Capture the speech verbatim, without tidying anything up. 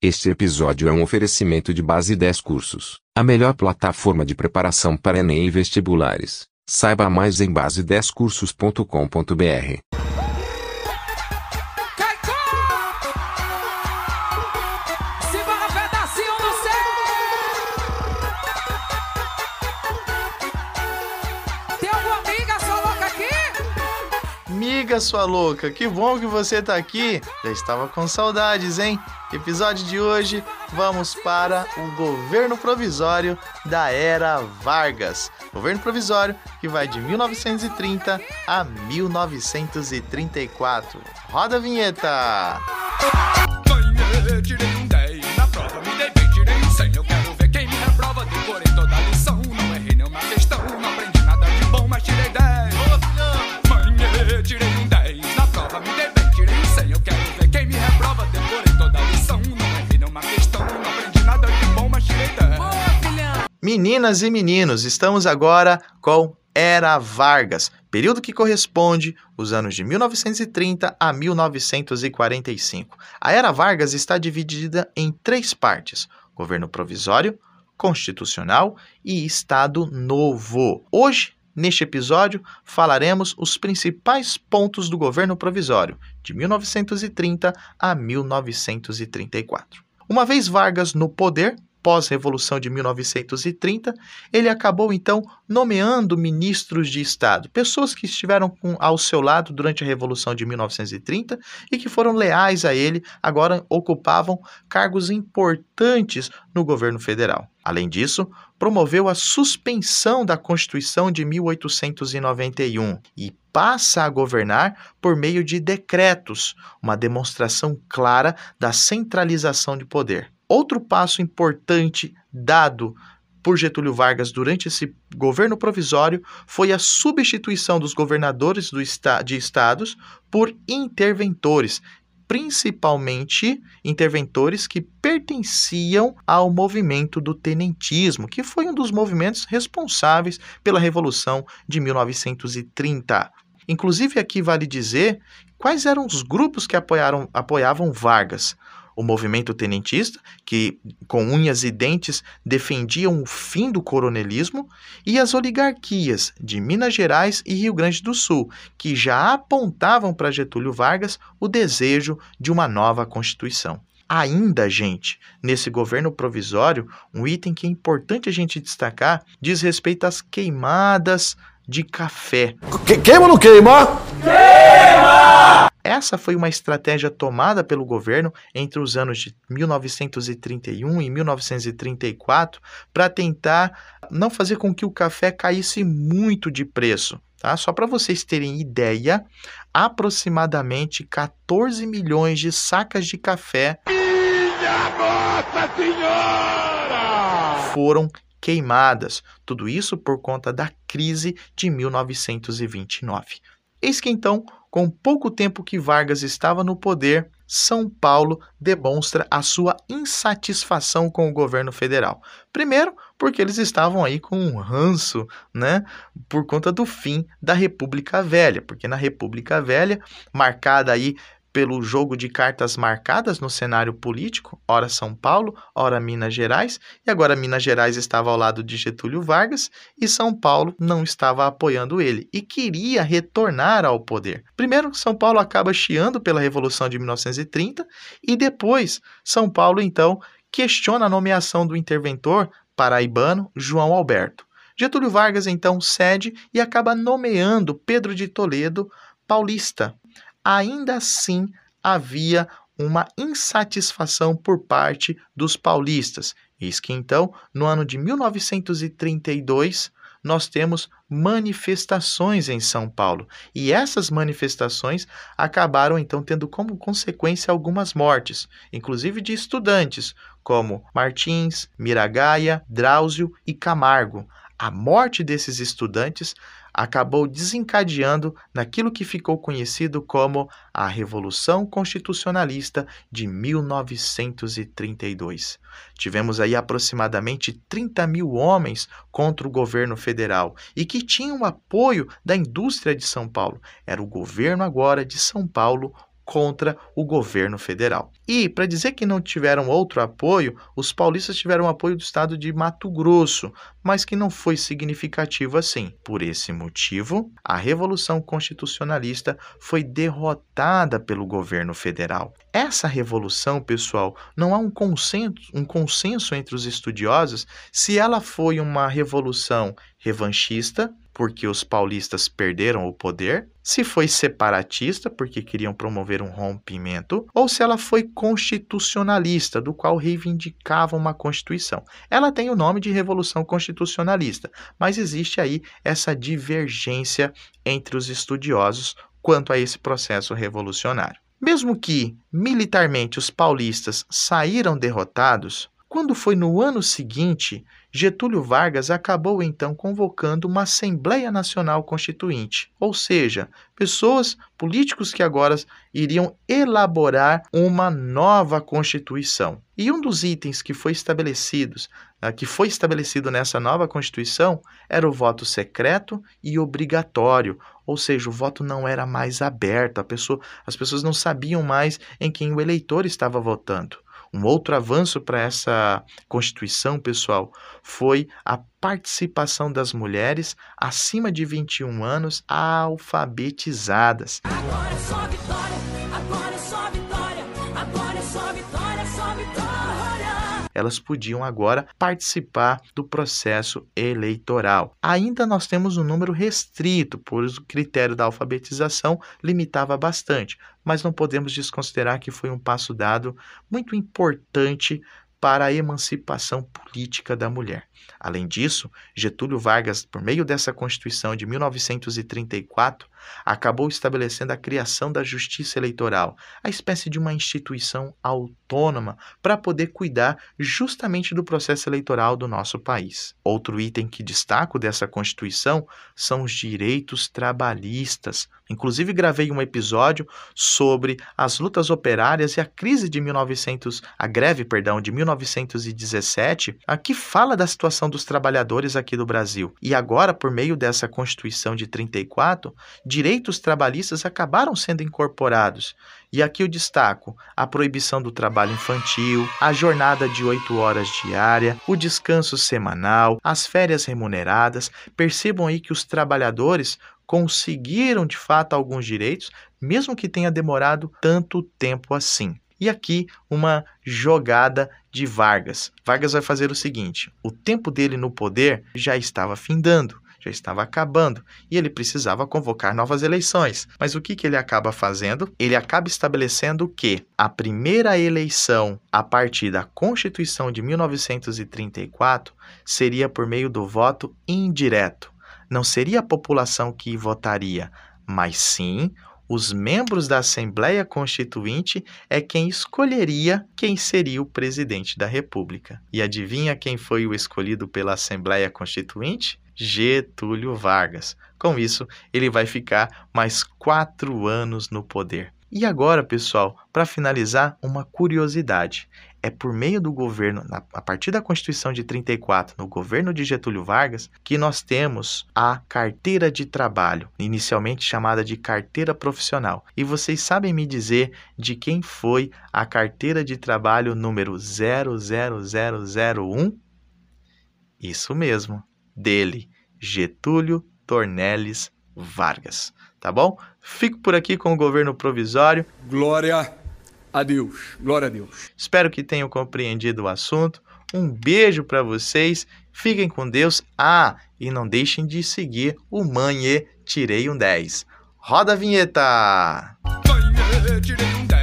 Este episódio é um oferecimento de Base dez Cursos, a melhor plataforma de preparação para Enem e vestibulares. Saiba mais em base dez cursos ponto com ponto br. Amiga sua louca, que bom que você tá aqui. Já estava com saudades, hein? Episódio de hoje, vamos para o governo provisório da Era Vargas. Governo provisório que vai de mil novecentos e trinta a mil novecentos e trinta e quatro. Roda a vinheta! Ganhei, tirei um dez na prova, me dei bem, tirei um cem. Eu quero ver quem me reprova, decorei toda a lição. Não errei nenhuma questão, não aprendi nada de bom, mas tirei dez. Tirei um dez na prova, me dei bem, tirei um cem. Eu quero ver quem me reprova, decorei toda a lição. Não errei nenhuma questão, não aprendi nada de bom, mas tirei dez. Meninas e meninos, estamos agora com Era Vargas, período que corresponde os anos de mil novecentos e trinta a mil novecentos e quarenta e cinco. A Era Vargas está dividida em três partes: governo provisório, constitucional e Estado Novo. Hoje, neste episódio, falaremos os principais pontos do governo provisório, de mil novecentos e trinta a mil novecentos e trinta e quatro. Uma vez Vargas no poder, pós-revolução de mil novecentos e trinta, ele acabou então nomeando ministros de Estado, pessoas que estiveram com, ao seu lado durante a Revolução de mil novecentos e trinta e que foram leais a ele, agora ocupavam cargos importantes no governo federal. Além disso, promoveu a suspensão da Constituição de mil oitocentos e noventa e um e passa a governar por meio de decretos, uma demonstração clara da centralização de poder. Outro passo importante dado por Getúlio Vargas durante esse governo provisório foi a substituição dos governadores do esta- de estados por interventores, principalmente interventores que pertenciam ao movimento do tenentismo, que foi um dos movimentos responsáveis pela Revolução de mil novecentos e trinta. Inclusive, aqui vale dizer quais eram os grupos que apoiaram, apoiavam Vargas. O movimento tenentista, que com unhas e dentes defendiam o fim do coronelismo, e as oligarquias de Minas Gerais e Rio Grande do Sul, que já apontavam para Getúlio Vargas o desejo de uma nova Constituição. Ainda, gente, nesse governo provisório, um item que é importante a gente destacar diz respeito às queimadas de café. Que, queima ou não queima? Queima! Essa foi uma estratégia tomada pelo governo entre os anos de mil novecentos e trinta e um e mil novecentos e trinta e quatro para tentar não fazer com que o café caísse muito de preço. Tá? Só para vocês terem ideia, aproximadamente quatorze milhões de sacas de café Minha Nossa Senhora! foram queimadas. Tudo isso por conta da crise de mil novecentos e vinte e nove. Eis que então, com pouco tempo que Vargas estava no poder, São Paulo demonstra a sua insatisfação com o governo federal. Primeiro, porque eles estavam aí com um ranço, né, por conta do fim da República Velha, porque na República Velha, marcada aí pelo jogo de cartas marcadas no cenário político, ora São Paulo, ora Minas Gerais, e agora Minas Gerais estava ao lado de Getúlio Vargas e São Paulo não estava apoiando ele e queria retornar ao poder. Primeiro, São Paulo acaba chiando pela Revolução de mil novecentos e trinta e depois São Paulo, então, questiona a nomeação do interventor paraibano João Alberto. Getúlio Vargas, então, cede e acaba nomeando Pedro de Toledo paulista. Ainda assim, havia uma insatisfação por parte dos paulistas. Eis que, então, no ano de mil novecentos e trinta e dois, nós temos manifestações em São Paulo. E essas manifestações acabaram, então, tendo como consequência algumas mortes, inclusive de estudantes, como Martins, Miragaia, Drauzio e Camargo. A morte desses estudantes acabou desencadeando naquilo que ficou conhecido como a Revolução Constitucionalista de mil novecentos e trinta e dois. Tivemos aí aproximadamente trinta mil homens contra o governo federal e que tinham o apoio da indústria de São Paulo. Era o governo agora de São Paulo contra o governo federal. E, para dizer que não tiveram outro apoio, os paulistas tiveram apoio do estado de Mato Grosso, mas que não foi significativo assim. Por esse motivo, a Revolução Constitucionalista foi derrotada pelo governo federal. Essa revolução, pessoal, não há um consenso, um consenso entre os estudiosos se ela foi uma revolução revanchista, porque os paulistas perderam o poder, se foi separatista, porque queriam promover um rompimento, ou se ela foi constitucionalista, do qual reivindicava uma Constituição. Ela tem o nome de Revolução Constitucionalista, mas existe aí essa divergência entre os estudiosos quanto a esse processo revolucionário. Mesmo que, militarmente, os paulistas saíram derrotados, quando foi no ano seguinte, Getúlio Vargas acabou então convocando uma Assembleia Nacional Constituinte, ou seja, pessoas, políticos que agora iriam elaborar uma nova Constituição. E um dos itens que foi estabelecidos, que foi estabelecido nessa nova Constituição era o voto secreto e obrigatório, ou seja, o voto não era mais aberto, a pessoa, as pessoas não sabiam mais em quem o eleitor estava votando. Um outro avanço para essa Constituição, pessoal, foi a participação das mulheres acima de vinte e um anos alfabetizadas. Agora é só vitória, agora é só vitória, agora é só vitória, só vitória. Elas podiam agora participar do processo eleitoral. Ainda nós temos um número restrito, pois o critério da alfabetização limitava bastante, mas não podemos desconsiderar que foi um passo dado muito importante para a emancipação política da mulher. Além disso, Getúlio Vargas, por meio dessa Constituição de mil novecentos e trinta e quatro, acabou estabelecendo a criação da Justiça Eleitoral, a espécie de uma instituição autônoma para poder cuidar justamente do processo eleitoral do nosso país. Outro item que destaco dessa Constituição são os direitos trabalhistas. Inclusive, gravei um episódio sobre as lutas operárias e a crise de mil e novecentos, a greve, perdão, de mil novecentos e dezessete, que fala da situação dos trabalhadores aqui do Brasil. E agora, por meio dessa Constituição de trinta e quatro, direitos trabalhistas acabaram sendo incorporados. E aqui eu destaco a proibição do trabalho infantil, a jornada de oito horas diária, o descanso semanal, as férias remuneradas. Percebam aí que os trabalhadores conseguiram de fato alguns direitos, mesmo que tenha demorado tanto tempo assim. E aqui uma jogada de Vargas. Vargas vai fazer o seguinte: o tempo dele no poder já estava findando, já estava acabando, e ele precisava convocar novas eleições. Mas o que, que ele acaba fazendo? Ele acaba estabelecendo que a primeira eleição a partir da Constituição de mil novecentos e trinta e quatro seria por meio do voto indireto. Não seria a população que votaria, mas sim os membros da Assembleia Constituinte é quem escolheria quem seria o presidente da República. E adivinha quem foi o escolhido pela Assembleia Constituinte? Getúlio Vargas. Com isso, ele vai ficar mais quatro anos no poder. E agora, pessoal, para finalizar, uma curiosidade. É por meio do governo, a partir da Constituição de trinta e quatro, no governo de Getúlio Vargas, que nós temos a carteira de trabalho, inicialmente chamada de carteira profissional. E vocês sabem me dizer de quem foi a carteira de trabalho número zero zero zero zero um? Isso mesmo, dele, Getúlio Dornelles Vargas. Tá bom? Fico por aqui com o governo provisório. Glória a Deus, glória a Deus. Espero que tenham compreendido o assunto. Um beijo para vocês. Fiquem com Deus. Ah, e não deixem de seguir o Mãe e Tirei um dez. Roda a vinheta! Ganhei, tirei um dez.